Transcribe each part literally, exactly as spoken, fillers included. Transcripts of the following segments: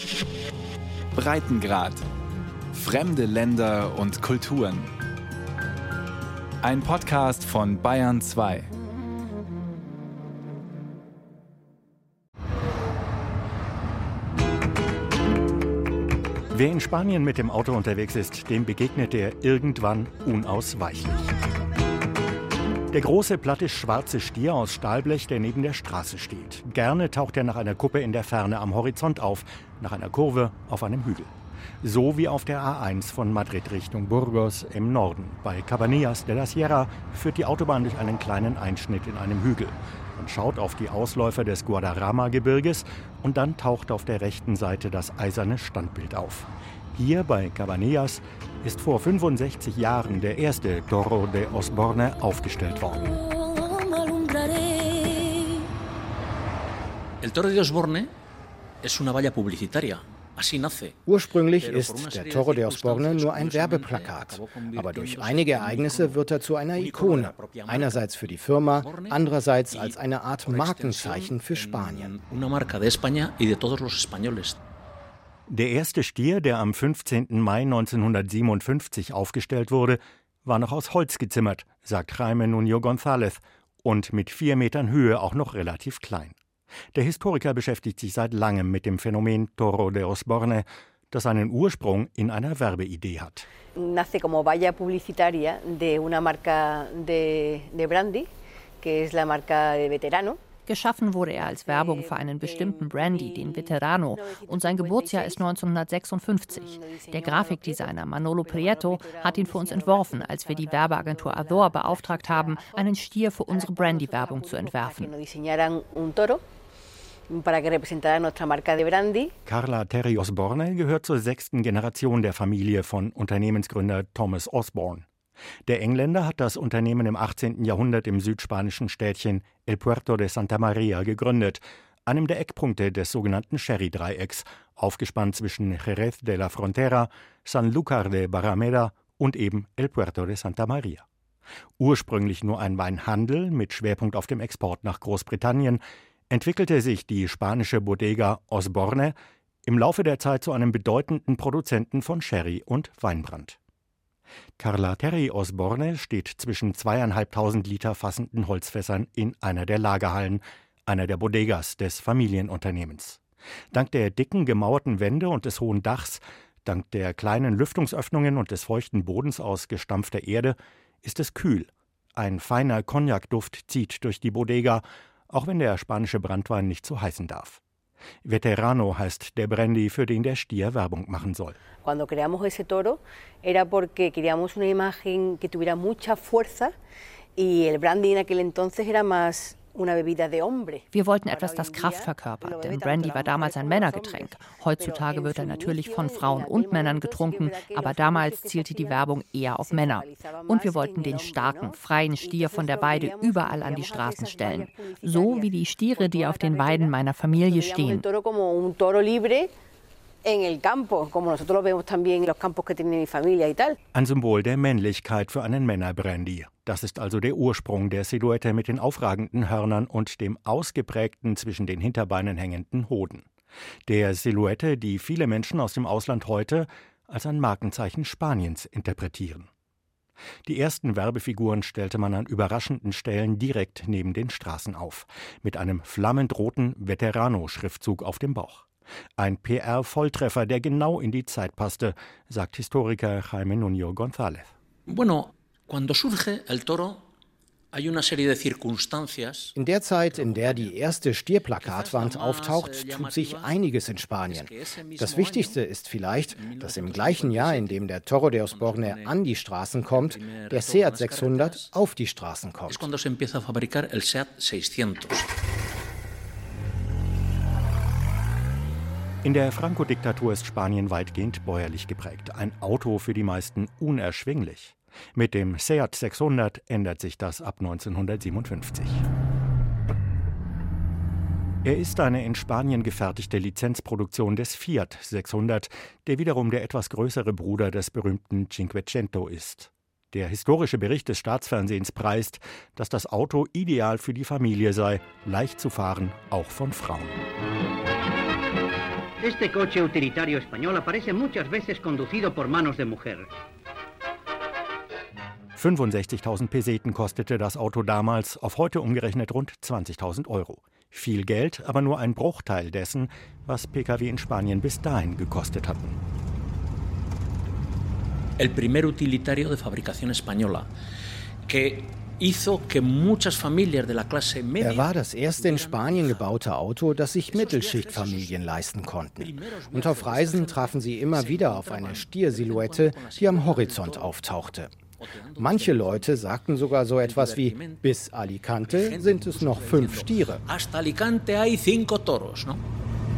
Breitengrad. Fremde Länder und Kulturen. Ein Podcast von Bayern zwei. Wer in Spanien mit dem Auto unterwegs ist, dem begegnet er irgendwann unausweichlich. Der große, platte, schwarze Stier aus Stahlblech, der neben der Straße steht. Gerne taucht er nach einer Kuppe in der Ferne am Horizont auf, nach einer Kurve auf einem Hügel. So wie auf der A eins von Madrid Richtung Burgos im Norden. Bei Cabanillas de la Sierra führt die Autobahn durch einen kleinen Einschnitt in einem Hügel. Man schaut auf die Ausläufer des Guadarrama-Gebirges und dann taucht auf der rechten Seite das eiserne Standbild auf. Hier bei Cabanillas ist vor fünfundsechzig Jahren der erste Toro de Osborne aufgestellt worden. El Toro de Osborne es una valla publicitaria. Ursprünglich ist der Toro de Osborne nur ein Werbeplakat, aber durch einige Ereignisse wird er zu einer Ikone. Einerseits für die Firma, andererseits als eine Art Markenzeichen für Spanien. Der erste Stier, der am fünfzehnten Mai neunzehnhundertsiebenundfünfzig aufgestellt wurde, war noch aus Holz gezimmert, sagt Jaime Nuño González, und mit vier Metern Höhe auch noch relativ klein. Der Historiker beschäftigt sich seit langem mit dem Phänomen Toro de Osborne, das seinen Ursprung in einer Werbeidee hat. Nace como valla publicitaria de una marca de, de brandy, que es la marca de Veterano. Geschaffen wurde er als Werbung für einen bestimmten Brandy, den Veterano, und sein Geburtsjahr ist neunzehnhundertsechsundfünfzig. Der Grafikdesigner Manolo Prieto hat ihn für uns entworfen, als wir die Werbeagentur Azor beauftragt haben, einen Stier für unsere Brandy-Werbung zu entwerfen. Carla Terry Osborne gehört zur sechsten Generation der Familie von Unternehmensgründer Thomas Osborne. Der Engländer hat das Unternehmen im achtzehnten Jahrhundert im südspanischen Städtchen El Puerto de Santa Maria gegründet, einem der Eckpunkte des sogenannten Sherry-Dreiecks, aufgespannt zwischen Jerez de la Frontera, Sanlúcar de Barrameda und eben El Puerto de Santa Maria. Ursprünglich nur ein Weinhandel mit Schwerpunkt auf dem Export nach Großbritannien, entwickelte sich die spanische Bodega Osborne im Laufe der Zeit zu einem bedeutenden Produzenten von Sherry und Weinbrand. Carla Terry Osborne steht zwischen zweieinhalbtausend Liter fassenden Holzfässern in einer der Lagerhallen, einer der Bodegas des Familienunternehmens. Dank der dicken, gemauerten Wände und des hohen Dachs, dank der kleinen Lüftungsöffnungen und des feuchten Bodens aus gestampfter Erde ist es kühl. Ein feiner Cognac-Duft zieht durch die Bodega, auch wenn der spanische Branntwein nicht so heißen darf. Veterano heißt der Brandy, für den der Stier Werbung machen soll. Cuando creamos ese toro era porque queríamos una imagen que tuviera mucha fuerza y el brandy en aquel entonces era más una bebida de hombre. Wir wollten etwas, das Kraft verkörpert, denn Brandy war damals ein Männergetränk. Heutzutage wird er natürlich von Frauen und Männern getrunken, aber damals zielte die Werbung eher auf Männer. Und wir wollten den starken, freien Stier von der Weide überall an die Straßen stellen. So wie die Stiere, die auf den Weiden meiner Familie stehen. Ein Symbol der Männlichkeit für einen Männerbrandy. Das ist also der Ursprung der Silhouette mit den aufragenden Hörnern und dem ausgeprägten, zwischen den Hinterbeinen hängenden Hoden. Der Silhouette, die viele Menschen aus dem Ausland heute als ein Markenzeichen Spaniens interpretieren. Die ersten Werbefiguren stellte man an überraschenden Stellen direkt neben den Straßen auf, mit einem flammend roten Veterano-Schriftzug auf dem Bauch. Ein P R-Volltreffer, der genau in die Zeit passte, sagt Historiker Jaime Nuño González. Bueno, cuando surge el toro, hay una serie de circunstancias. In der Zeit, in der die erste Stierplakatwand auftaucht, tut sich einiges in Spanien. Das Wichtigste ist vielleicht, dass im gleichen Jahr, in dem der Toro de Osborne an die Straßen kommt, der Seat sechshundert auf die Straßen kommt. Es cuando se empieza a fabricar el Seat seiscientos. In der Franco-Diktatur ist Spanien weitgehend bäuerlich geprägt. Ein Auto für die meisten unerschwinglich. Mit dem Seat sechshundert ändert sich das ab neunzehnhundertsiebenundfünfzig. Er ist eine in Spanien gefertigte Lizenzproduktion des Fiat sechshundert, der wiederum der etwas größere Bruder des berühmten Cinquecento ist. Der historische Bericht des Staatsfernsehens preist, dass das Auto ideal für die Familie sei, leicht zu fahren, auch von Frauen. Este coche utilitario español aparece muchas veces conducido por manos de mujer. fünfundsechzigtausend Peseten kostete das Auto damals, auf heute umgerechnet rund zwanzigtausend Euro. Viel Geld, aber nur ein Bruchteil dessen, was Pkw in Spanien bis dahin gekostet hatten. El primer utilitario de fabricación española, que hizo que muchas familias de la clase media. Er war das erste in Spanien gebaute Auto, das sich Mittelschichtfamilien leisten konnten. Und auf Reisen trafen sie immer wieder auf eine Stiersilhouette, die am Horizont auftauchte. Manche Leute sagten sogar so etwas wie, bis Alicante sind es noch fünf Stiere. Hasta Alicante hay cinco toros, ¿no?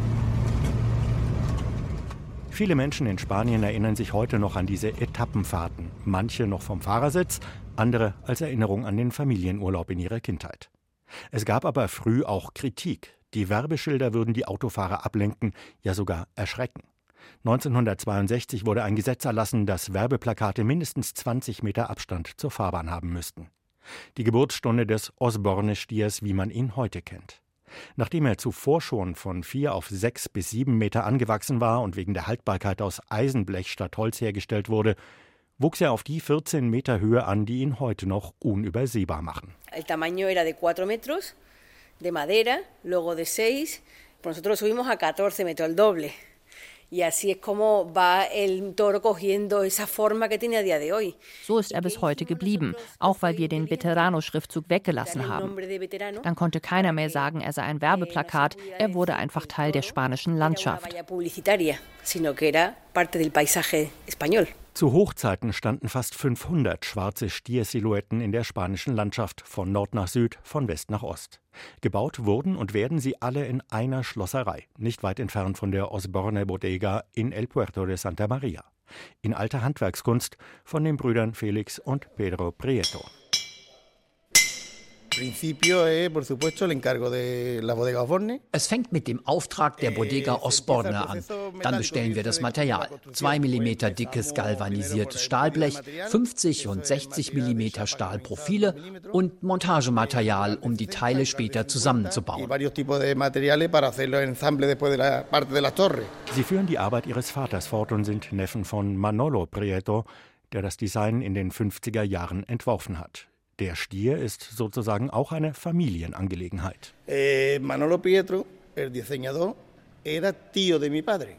Viele Menschen in Spanien erinnern sich heute noch an diese Etappenfahrten. Manche noch vom Fahrersitz, andere als Erinnerung an den Familienurlaub in ihrer Kindheit. Es gab aber früh auch Kritik. Die Werbeschilder würden die Autofahrer ablenken, ja sogar erschrecken. neunzehnhundertzweiundsechzig wurde ein Gesetz erlassen, dass Werbeplakate mindestens zwanzig Meter Abstand zur Fahrbahn haben müssten. Die Geburtsstunde des Osborne-Stiers, wie man ihn heute kennt. Nachdem er zuvor schon von vier auf sechs bis sieben Meter angewachsen war und wegen der Haltbarkeit aus Eisenblech statt Holz hergestellt wurde, wuchs er auf die vierzehn Meter Höhe an, die ihn heute noch unübersehbar machen. El tamaño era de cuatro metros, de madera, luego de seis, nosotros subimos a catorce metros, el doble. Y así es como va el toro cogiendo esa forma que tiene a día de hoy. So ist er bis heute geblieben, auch weil wir den Veterano-Schriftzug weggelassen haben. Dann konnte keiner mehr sagen, er sei ein Werbeplakat, er wurde einfach Teil der spanischen Landschaft. Zu Hochzeiten standen fast fünfhundert schwarze Stiersilhouetten in der spanischen Landschaft, von Nord nach Süd, von West nach Ost. Gebaut wurden und werden sie alle in einer Schlosserei, nicht weit entfernt von der Osborne Bodega in El Puerto de Santa Maria. In alter Handwerkskunst von den Brüdern Felix und Pedro Prieto. Es fängt mit dem Auftrag der Bodega Osborne an. Dann bestellen wir das Material. zwei Millimeter dickes galvanisiertes Stahlblech, fünfzig und sechzig Millimeter Stahlprofile und Montagematerial, um die Teile später zusammenzubauen. Sie führen die Arbeit ihres Vaters fort und sind Neffen von Manolo Prieto, der das Design in den fünfziger Jahren entworfen hat. Der Stier ist sozusagen auch eine Familienangelegenheit. Eh, Manolo Prieto, el diseñador, era tío de mi padre.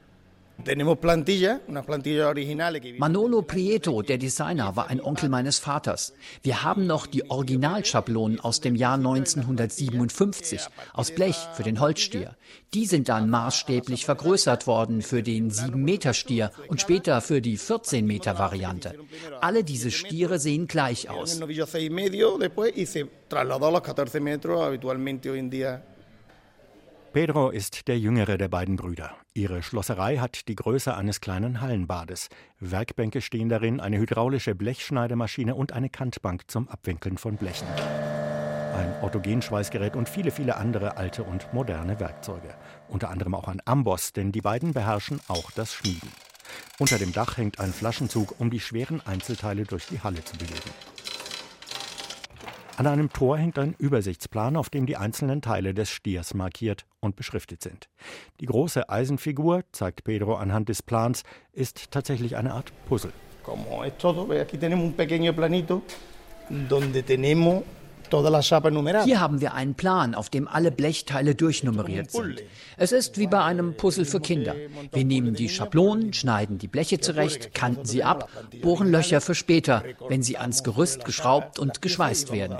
Manolo Prieto, der Designer, war ein Onkel meines Vaters. Wir haben noch die Originalschablonen aus dem Jahr neunzehnhundertsiebenundfünfzig aus Blech für den Holzstier. Die sind dann maßstäblich vergrößert worden für den sieben Meter Stier und später für die vierzehn Meter Variante. Alle diese Stiere sehen gleich aus. Pedro ist der jüngere der beiden Brüder. Ihre Schlosserei hat die Größe eines kleinen Hallenbades. Werkbänke stehen darin, eine hydraulische Blechschneidemaschine und eine Kantbank zum Abwinkeln von Blechen. Ein Autogenschweißgerät und viele, viele andere alte und moderne Werkzeuge. Unter anderem auch ein Amboss, denn die beiden beherrschen auch das Schmieden. Unter dem Dach hängt ein Flaschenzug, um die schweren Einzelteile durch die Halle zu bewegen. An einem Tor hängt ein Übersichtsplan, auf dem die einzelnen Teile des Stiers markiert und beschriftet sind. Die große Eisenfigur, zeigt Pedro anhand des Plans, ist tatsächlich eine Art Puzzle. Como es todo, aquí tenemos un pequeño planito donde tenemos Hier haben wir einen Plan, auf dem alle Blechteile durchnummeriert sind. Es ist wie bei einem Puzzle für Kinder. Wir nehmen die Schablonen, schneiden die Bleche zurecht, kanten sie ab, bohren Löcher für später, wenn sie ans Gerüst geschraubt und geschweißt werden.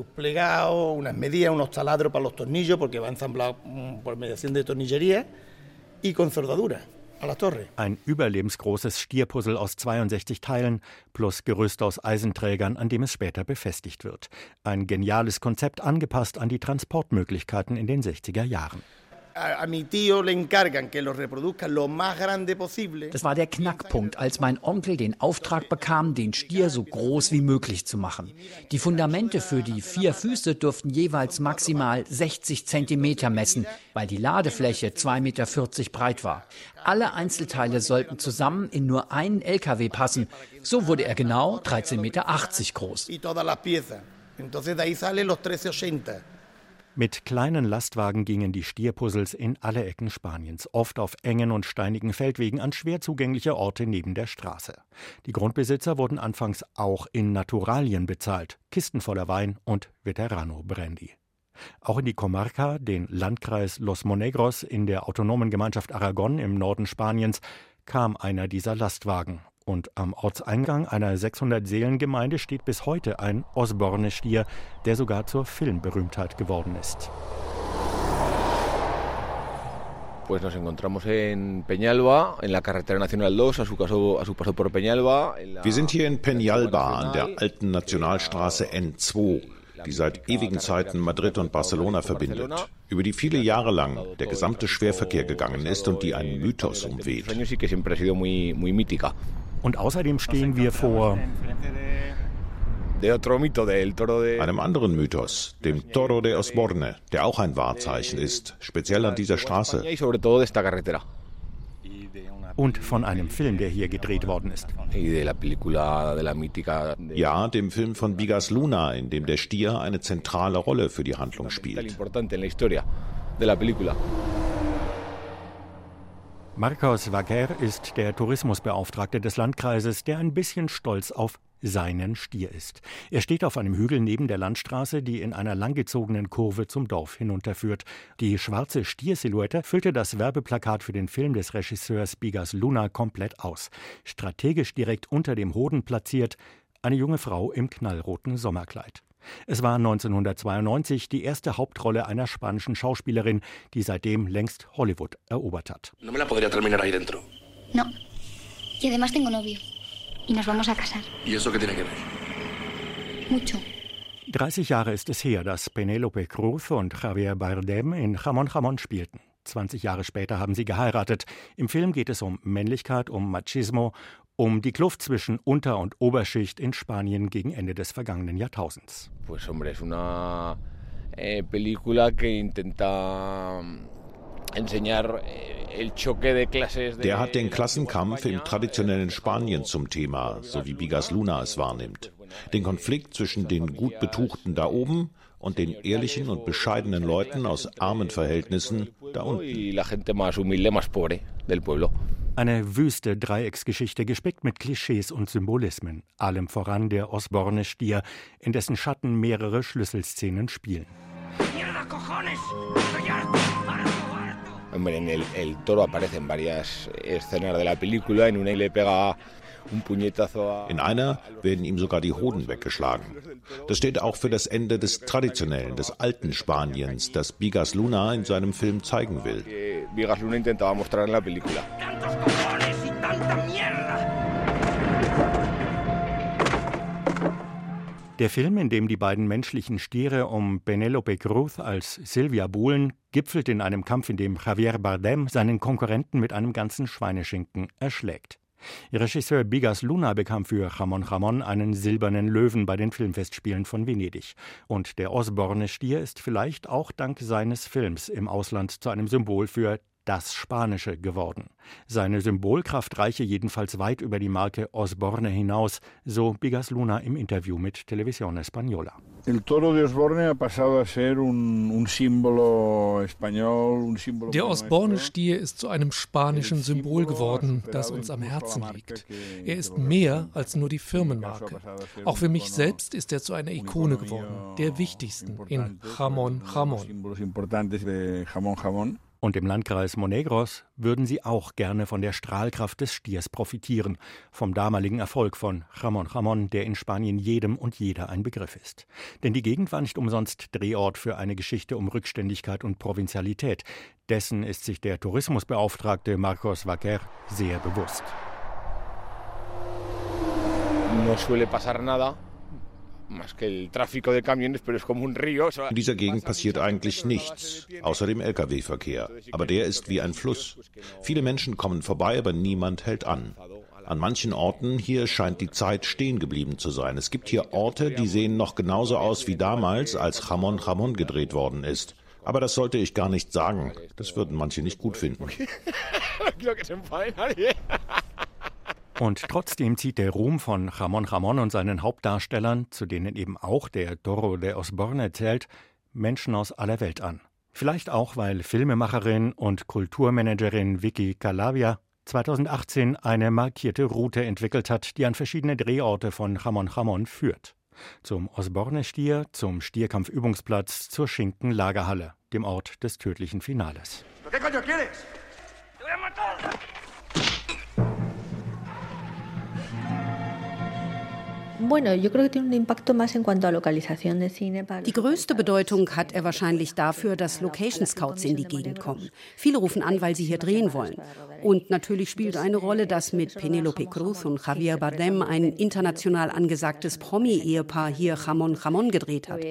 Ein überlebensgroßes Stierpuzzle aus zweiundsechzig Teilen plus Gerüst aus Eisenträgern, an dem es später befestigt wird. Ein geniales Konzept, angepasst an die Transportmöglichkeiten in den sechziger Jahren. Das war der Knackpunkt, als mein Onkel den Auftrag bekam, den Stier so groß wie möglich zu machen. Die Fundamente für die vier Füße durften jeweils maximal sechzig Zentimeter messen, weil die Ladefläche zwei Meter vierzig breit war. Alle Einzelteile sollten zusammen in nur einen L K W passen. So wurde er genau dreizehn Meter achtzig groß. Mit kleinen Lastwagen gingen die Stierpuzzles in alle Ecken Spaniens, oft auf engen und steinigen Feldwegen an schwer zugängliche Orte neben der Straße. Die Grundbesitzer wurden anfangs auch in Naturalien bezahlt, Kisten voller Wein und Veterano Brandy. Auch in die Comarca, den Landkreis Los Monegros in der autonomen Gemeinschaft Aragon im Norden Spaniens, kam einer dieser Lastwagen. Und am Ortseingang einer sechshundert-Seelen-Gemeinde steht bis heute ein Osborne-Stier, der sogar zur Filmberühmtheit geworden ist. Pues nos encontramos en Peñalba, en la carretera nacional dos, a su paso, a su paso por Peñalba. Wir sind hier in Peñalba an der alten Nationalstraße N zwei, die seit ewigen Zeiten Madrid und Barcelona verbindet, über die viele Jahre lang der gesamte Schwerverkehr gegangen ist und die einen Mythos umweht. Und außerdem stehen wir vor einem anderen Mythos, dem Toro de Osborne, der auch ein Wahrzeichen ist, speziell an dieser Straße. Und von einem Film, der hier gedreht worden ist. Ja, dem Film von Bigas Luna, in dem der Stier eine zentrale Rolle für die Handlung spielt. Marcos Vaquer ist der Tourismusbeauftragte des Landkreises, der ein bisschen stolz auf seinen Stier ist. Er steht auf einem Hügel neben der Landstraße, die in einer langgezogenen Kurve zum Dorf hinunterführt. Die schwarze Stiersilhouette füllte das Werbeplakat für den Film des Regisseurs Bigas Luna komplett aus. Strategisch direkt unter dem Hoden platziert, eine junge Frau im knallroten Sommerkleid. Es war neunzehnhundertzweiundneunzig die erste Hauptrolle einer spanischen Schauspielerin, die seitdem längst Hollywood erobert hat. No me la podría terminar ahí dentro. No. Y además tengo novio. Y nos vamos a casar. ¿Y eso qué tiene que ver? Mucho. dreißig Jahre ist es her, dass Penélope Cruz und Javier Bardem in Jamón Jamón spielten. zwanzig Jahre später haben sie geheiratet. Im Film geht es um Männlichkeit, um Machismo, um die Kluft zwischen Unter- und Oberschicht in Spanien gegen Ende des vergangenen Jahrtausends. Pues hombre, es una eh, película que intenta enseñar el choque de clases. Der hat den Klassenkampf im traditionellen Spanien zum Thema, so wie Bigas Luna es wahrnimmt. Den Konflikt zwischen den gut Betuchten da oben und den ehrlichen und bescheidenen Leuten aus armen Verhältnissen da unten. Eine wüste Dreiecksgeschichte, gespickt mit Klischees und Symbolismen, allem voran der Osborne-Stier, in dessen Schatten mehrere Schlüsselszenen spielen. En el, el toro aparece en varias escenas de la película, en una le pega un puñetazo a... In einer werden ihm sogar die Hoden weggeschlagen. Das steht auch für das Ende des traditionellen, des alten Spaniens, das Bigas Luna in seinem Film zeigen will. Bigas Luna intentaba mostrar en la película. Der Film, in dem die beiden menschlichen Stiere um Penélope Cruz als Silvia buhlen, gipfelt in einem Kampf, in dem Javier Bardem seinen Konkurrenten mit einem ganzen Schweineschinken erschlägt. Regisseur Bigas Luna bekam für Jamón Jamón einen silbernen Löwen bei den Filmfestspielen von Venedig. Und der Osborne-Stier ist vielleicht auch dank seines Films im Ausland zu einem Symbol für das Spanische geworden. Seine Symbolkraft reiche jedenfalls weit über die Marke Osborne hinaus, so Bigas Luna im Interview mit Televisión Española. Der Osborne-Stier ist zu einem spanischen Symbol geworden, das uns am Herzen liegt. Er ist mehr als nur die Firmenmarke. Auch für mich selbst ist er zu einer Ikone geworden, der wichtigsten in Jamón Jamón. Und im Landkreis Monegros würden sie auch gerne von der Strahlkraft des Stiers profitieren, vom damaligen Erfolg von Jamón Jamón, der in Spanien jedem und jeder ein Begriff ist. Denn die Gegend war nicht umsonst Drehort für eine Geschichte um Rückständigkeit und Provinzialität. Dessen ist sich der Tourismusbeauftragte Marcos Vaquer sehr bewusst. No suele pasar nada. In dieser Gegend passiert eigentlich nichts, außer dem L K W-Verkehr. Aber der ist wie ein Fluss. Viele Menschen kommen vorbei, aber niemand hält an. An manchen Orten hier scheint die Zeit stehen geblieben zu sein. Es gibt hier Orte, die sehen noch genauso aus wie damals, als Jamón Jamón gedreht worden ist. Aber das sollte ich gar nicht sagen. Das würden manche nicht gut finden. Und trotzdem zieht der Ruhm von Jamón Jamón und seinen Hauptdarstellern, zu denen eben auch der Toro de Osborne zählt, Menschen aus aller Welt an. Vielleicht auch, weil Filmemacherin und Kulturmanagerin Vicky Calavia zweitausendachtzehn eine markierte Route entwickelt hat, die an verschiedene Drehorte von Jamón Jamón führt. Zum Osborne-Stier, zum Stierkampfübungsplatz, zur Schinken-Lagerhalle, dem Ort des tödlichen Finales. Die größte Bedeutung hat er wahrscheinlich dafür, dass Location Scouts in die Gegend kommen. Viele rufen an, weil sie hier drehen wollen. Und natürlich spielt eine Rolle, dass mit Penélope Cruz und Javier Bardem ein international angesagtes Promi-Ehepaar hier Jamón Jamón gedreht hat.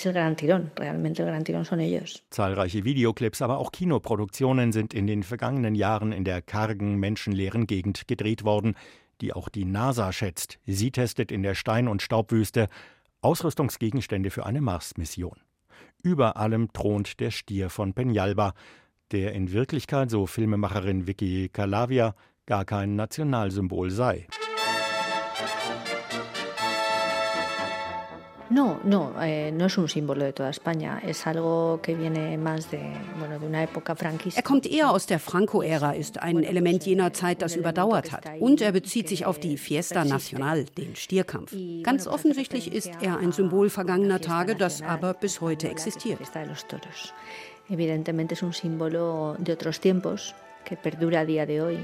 Zahlreiche Videoclips, aber auch Kinoproduktionen sind in den vergangenen Jahren in der kargen, menschenleeren Gegend gedreht worden, die auch die NASA schätzt. Sie testet in der Stein- und Staubwüste Ausrüstungsgegenstände für eine Mars-Mission. Über allem thront der Stier von Peñalba, der in Wirklichkeit, so Filmemacherin Vicky Calavia, gar kein Nationalsymbol sei. No, no, eh, no es un símbolo de toda España. Es algo que viene más de, bueno, de una época franquista. Er kommt eher aus der Franco-Ära, ist ein Element jener Zeit, das überdauert hat. Und er bezieht sich auf die Fiesta Nacional, den Stierkampf. Ganz offensichtlich ist er ein Symbol vergangener Tage, das aber bis heute existiert. Evidentemente es un símbolo de otros tiempos que perdura a día de hoy.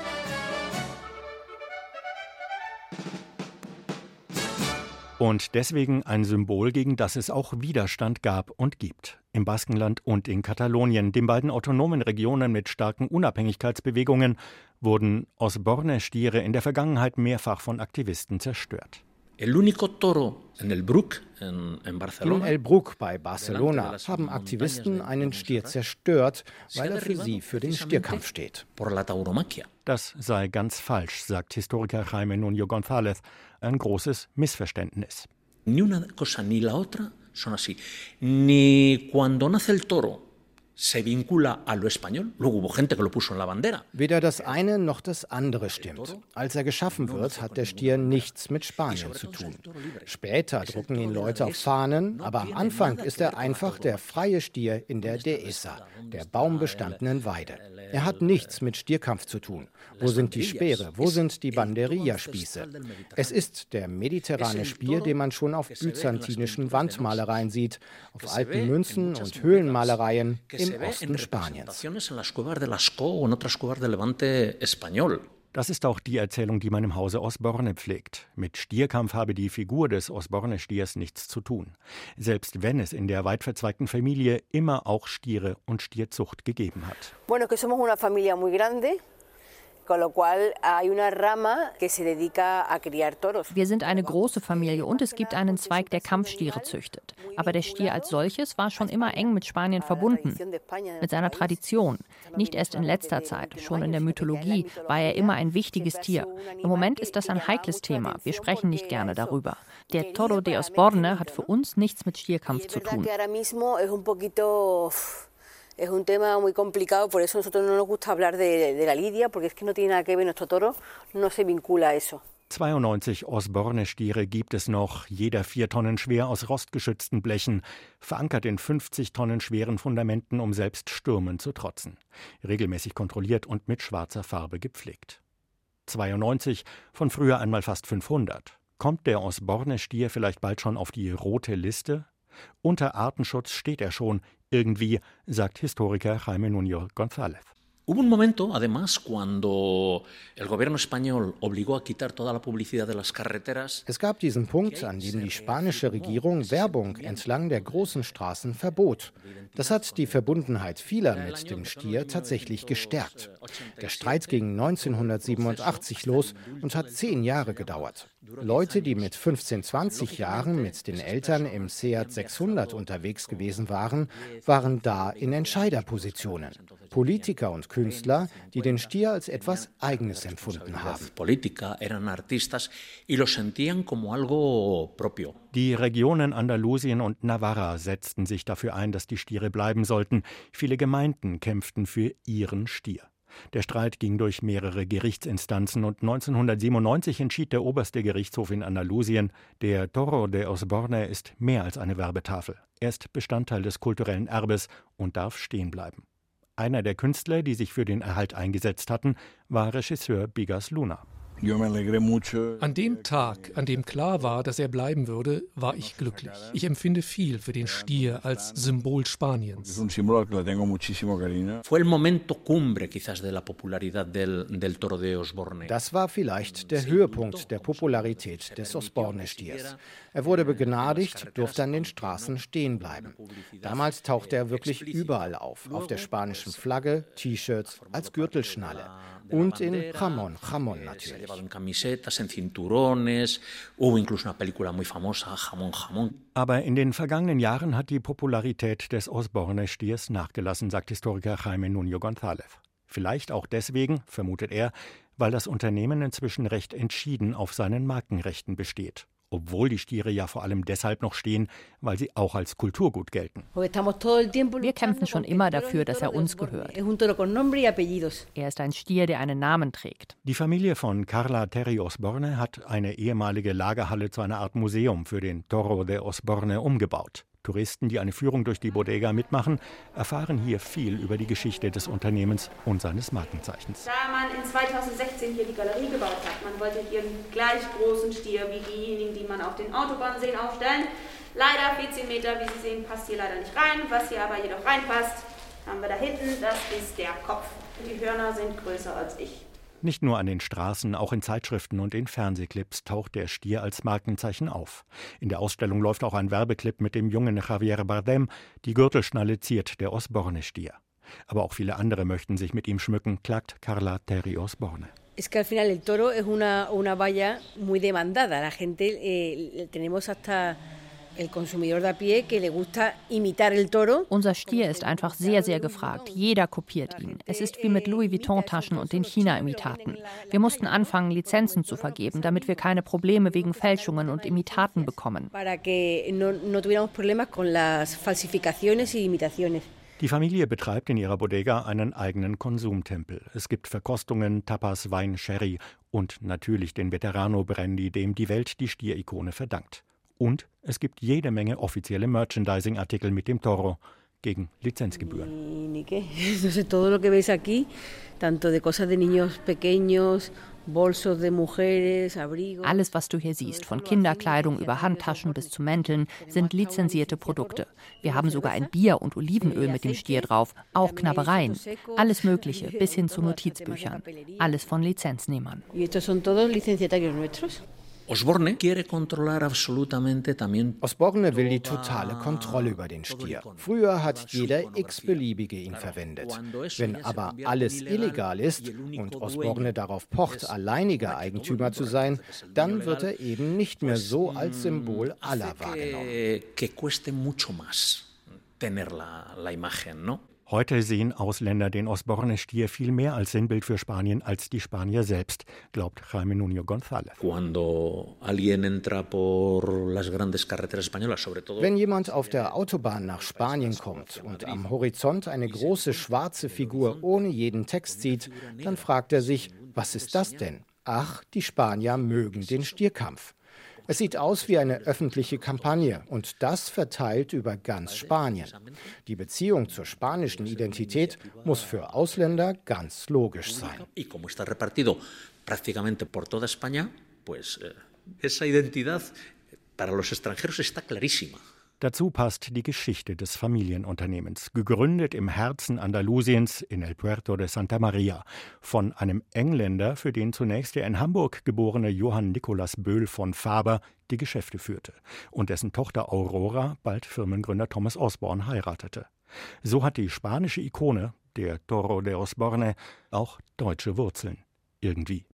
Und deswegen ein Symbol, gegen das es auch Widerstand gab und gibt. Im Baskenland und in Katalonien, den beiden autonomen Regionen mit starken Unabhängigkeitsbewegungen, wurden Osborne-Stiere in der Vergangenheit mehrfach von Aktivisten zerstört. El único toro en el Bruc, en, en Barcelona, in El Bruc bei Barcelona haben Aktivisten einen Stier zerstört, weil er für sie für den Stierkampf steht. Das sei ganz falsch, sagt Historiker Jaime Nuño González. Ein großes Missverständnis. Ni una cosa ni la otra son así. Ni cuando nace el toro se vincula a lo español. Luego hubo gente que lo puso en la bandera. Weder das eine noch das andere stimmt. Als er geschaffen wird, hat der Stier nichts mit Spanien zu tun. Später drucken ihn Leute auf Fahnen, aber am Anfang ist er einfach der freie Stier in der Dehesa, der baumbestandenen Weide. Er hat nichts mit Stierkampf zu tun. Wo sind die Speere? Wo sind die Banderilla-Spieße? Es ist der mediterrane Stier, den man schon auf byzantinischen Wandmalereien sieht, auf alten Münzen und Höhlenmalereien im Osten Spaniens. Das ist auch die Erzählung, die man im Hause Osborne pflegt. Mit Stierkampf habe die Figur des Osborne-Stiers nichts zu tun. Selbst wenn es in der weit verzweigten Familie immer auch Stiere und Stierzucht gegeben hat. Bueno, que somos una familia muy grande. Wir sind eine große Familie und es gibt einen Zweig, der Kampfstiere züchtet. Aber der Stier als solches war schon immer eng mit Spanien verbunden, mit seiner Tradition. Nicht erst in letzter Zeit, schon in der Mythologie war er immer ein wichtiges Tier. Im Moment ist das ein heikles Thema, wir sprechen nicht gerne darüber. Der Toro de Osborne hat für uns nichts mit Stierkampf zu tun. Es un tema muy complicado, por eso a nosotros no nos gusta hablar de, de la lidia, porque es que no tiene nada que ver, nuestro toro no se vincula a eso. zweiundneunzig Osborne-Stiere gibt es noch, jeder vier Tonnen schwer aus rostgeschützten Blechen, verankert in fünfzig Tonnen schweren Fundamenten, um selbst Stürmen zu trotzen. Regelmäßig kontrolliert und mit schwarzer Farbe gepflegt. zweiundneunzig, von früher einmal fast fünfhundert. Kommt der Osborne-Stier vielleicht bald schon auf die rote Liste? Unter Artenschutz steht er schon, irgendwie, sagt Historiker Jaime Nuño González. Hubo un momento, además, cuando el gobierno español obligó a quitar toda la publicidad de las carreteras. Es gab diesen Punkt, an dem die spanische Regierung Werbung entlang der großen Straßen verbot. Das hat die Verbundenheit vieler mit dem Stier tatsächlich gestärkt. Der Streit ging neunzehnhundertsiebenundachtzig los und hat zehn Jahre gedauert. Leute, die mit fünfzehn, zwanzig Jahren mit den Eltern im Seat sechshundert unterwegs gewesen waren, waren da in Entscheiderpositionen. Politiker und Künstler, die den Stier als etwas Eigenes empfunden haben. Die Regionen Andalusien und Navarra setzten sich dafür ein, dass die Stiere bleiben sollten. Viele Gemeinden kämpften für ihren Stier. Der Streit ging durch mehrere Gerichtsinstanzen und neunzehnhundertsiebenundneunzig entschied der oberste Gerichtshof in Andalusien, der Toro de Osborne ist mehr als eine Werbetafel. Er ist Bestandteil des kulturellen Erbes und darf stehen bleiben. Einer der Künstler, die sich für den Erhalt eingesetzt hatten, war Regisseur Bigas Luna. An dem Tag, an dem klar war, dass er bleiben würde, war ich glücklich. Ich empfinde viel für den Stier als Symbol Spaniens. Das war vielleicht der Höhepunkt der Popularität des Osborne-Stiers. Er wurde begnadigt, durfte an den Straßen stehen bleiben. Damals tauchte er wirklich überall auf, auf der spanischen Flagge, T-Shirts, als Gürtelschnalle und in Jamón, Jamón natürlich. Aber in den vergangenen Jahren hat die Popularität des Osborne-Stiers nachgelassen, sagt Historiker Jaime Nuño González. Vielleicht auch deswegen, vermutet er, weil das Unternehmen inzwischen recht entschieden auf seinen Markenrechten besteht. Obwohl die Stiere ja vor allem deshalb noch stehen, weil sie auch als Kulturgut gelten. Wir kämpfen schon immer dafür, dass er uns gehört. Er ist ein Stier, der einen Namen trägt. Die Familie von Carla Terry Osborne hat eine ehemalige Lagerhalle zu einer Art Museum für den Toro de Osborne umgebaut. Touristen, die eine Führung durch die Bodega mitmachen, erfahren hier viel über die Geschichte des Unternehmens und seines Markenzeichens. Da man in zweitausendsechzehn hier die Galerie gebaut hat, man wollte hier einen gleich großen Stier wie diejenigen, die man auf den Autobahnseen aufstellen. Leider vierzehn Meter, wie Sie sehen, passt hier leider nicht rein. Was hier aber jedoch reinpasst, haben wir da hinten, das ist der Kopf. Die Hörner sind größer als ich. Nicht nur an den Straßen, auch in Zeitschriften und in Fernsehclips taucht der Stier als Markenzeichen auf. In der Ausstellung läuft auch ein Werbeclip mit dem jungen Javier Bardem. Die Gürtelschnalle ziert der Osborne-Stier. Aber auch viele andere möchten sich mit ihm schmücken, klagt Carla Terry Osborne. Es que al final el toro es una, una valla muy demandada. La gente, eh, tenemos hasta el consumidor de a pie que le gusta imitar el toro. Unser Stier ist einfach sehr, sehr gefragt. Jeder kopiert ihn. Es ist wie mit Louis Vuitton-Taschen und den China-Imitaten. Wir mussten anfangen, Lizenzen zu vergeben, damit wir keine Probleme wegen Fälschungen und Imitaten bekommen. Para que no, no tuviéramos problemas con las falsificaciones y imitaciones. Die Familie betreibt in ihrer Bodega einen eigenen Konsumtempel. Es gibt Verkostungen, Tapas, Wein, Sherry und natürlich den Veterano Brandy, dem die Welt die Stierikone verdankt. Und es gibt jede Menge offizielle Merchandising-Artikel mit dem Toro gegen Lizenzgebühren. Alles, was du hier siehst, von Kinderkleidung über Handtaschen bis zu Mänteln, sind lizenzierte Produkte. Wir haben sogar ein Bier und Olivenöl mit dem Stier drauf, auch Knabbereien. Alles Mögliche, bis hin zu Notizbüchern. Alles von Lizenznehmern. Osborne quiere controlar absolutamente también. Osborne will die totale Kontrolle über den Stier. Früher hat jeder x-beliebige ihn verwendet. Wenn aber alles illegal ist und Osborne darauf pocht, alleiniger Eigentümer zu sein, dann wird er eben nicht mehr so als Symbol aller wahrgenommen. Que cueste mucho más tener la, la imagen, ¿no? Heute sehen Ausländer den Osborne-Stier viel mehr als Sinnbild für Spanien als die Spanier selbst, glaubt Jaime Nuño González. Wenn jemand auf der Autobahn nach Spanien kommt und am Horizont eine große schwarze Figur ohne jeden Text sieht, dann fragt er sich, was ist das denn? Ach, die Spanier mögen den Stierkampf. Es sieht aus wie eine öffentliche Kampagne und das verteilt über ganz Spanien. Die Beziehung zur spanischen Identität muss für Ausländer ganz logisch sein. Y como está repartido prácticamente por toda España, pues esa identidad para los extranjeros está clarísima. Dazu passt die Geschichte des Familienunternehmens, gegründet im Herzen Andalusiens in El Puerto de Santa Maria, von einem Engländer, für den zunächst der in Hamburg geborene Johann Nicolas Böhl von Faber die Geschäfte führte und dessen Tochter Aurora bald Firmengründer Thomas Osborne heiratete. So hat die spanische Ikone, der Toro de Osborne, auch deutsche Wurzeln. Irgendwie.